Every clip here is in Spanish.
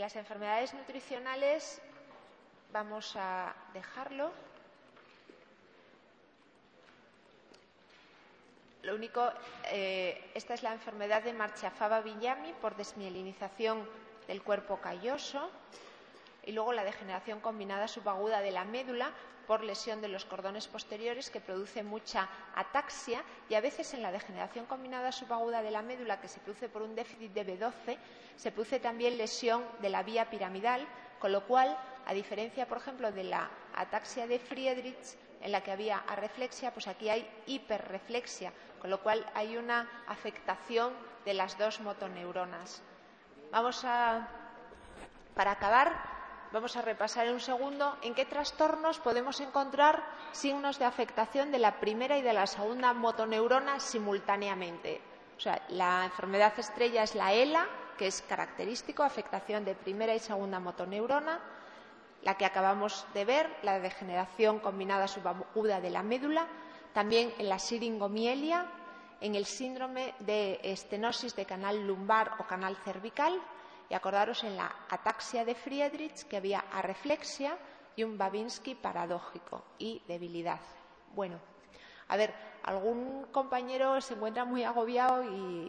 las enfermedades nutricionales vamos a dejarlo. Lo único, esta es la enfermedad de Marchafava-Villamy por desmielinización del cuerpo calloso, y luego la degeneración combinada subaguda de la médula por lesión de los cordones posteriores, que produce mucha ataxia, y a veces en la degeneración combinada subaguda de la médula, que se produce por un déficit de B12, se produce también lesión de la vía piramidal, con lo cual, a diferencia, por ejemplo, de la ataxia de Friedreich, en la que había arreflexia, pues aquí hay hiperreflexia, con lo cual hay una afectación de las dos motoneuronas. Para acabar, vamos a repasar en un segundo en qué trastornos podemos encontrar signos de afectación de la primera y de la segunda motoneurona simultáneamente. O sea, la enfermedad estrella es la ELA, que es característico, afectación de primera y segunda motoneurona. La que acabamos de ver, la degeneración combinada subaguda de la médula, también en la siringomielia, en el síndrome de estenosis de canal lumbar o canal cervical, y acordaros en la ataxia de Friedreich que había arreflexia y un Babinski paradójico y debilidad. Bueno, a ver, algún compañero se encuentra muy agobiado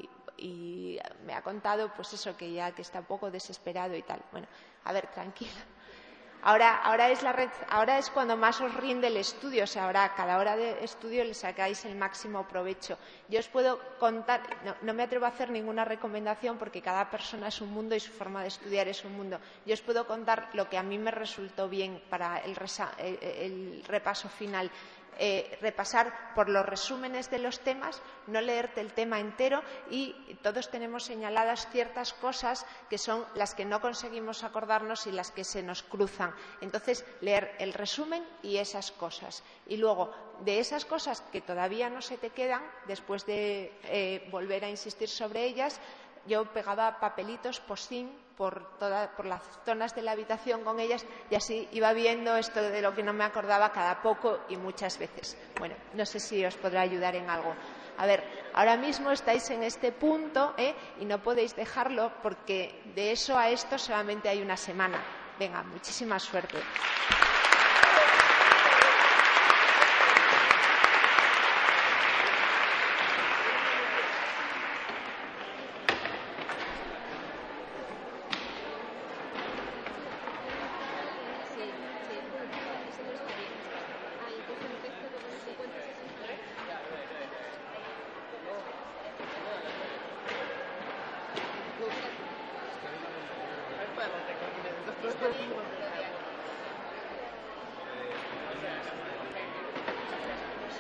y me ha contado pues eso, que ya que está un poco desesperado y tal. Bueno, a ver, tranquila. Ahora es cuando más os rinde el estudio, o sea, ahora cada hora de estudio le sacáis el máximo provecho. Yo os puedo contar, no me atrevo a hacer ninguna recomendación porque cada persona es un mundo y su forma de estudiar es un mundo. Yo os puedo contar lo que a mí me resultó bien para el repaso final. Repasar por los resúmenes de los temas, no leerte el tema entero, y todos tenemos señaladas ciertas cosas que son las que no conseguimos acordarnos y las que se nos cruzan. Entonces, leer el resumen y esas cosas. Y luego, de esas cosas que todavía no se te quedan, después de volver a insistir sobre ellas, yo pegaba papelitos post-it por las zonas de la habitación con ellas, y así iba viendo esto de lo que no me acordaba cada poco y muchas veces. Bueno, no sé si os podrá ayudar en algo. A ver, ahora mismo estáis en este punto y no podéis dejarlo porque de eso a esto solamente hay una semana. Venga, muchísima suerte.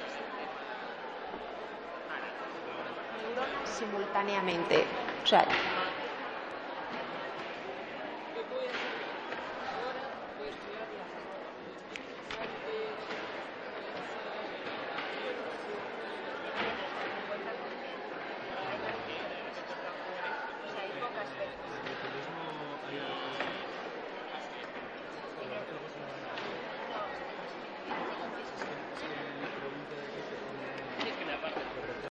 Simultáneamente. O sea,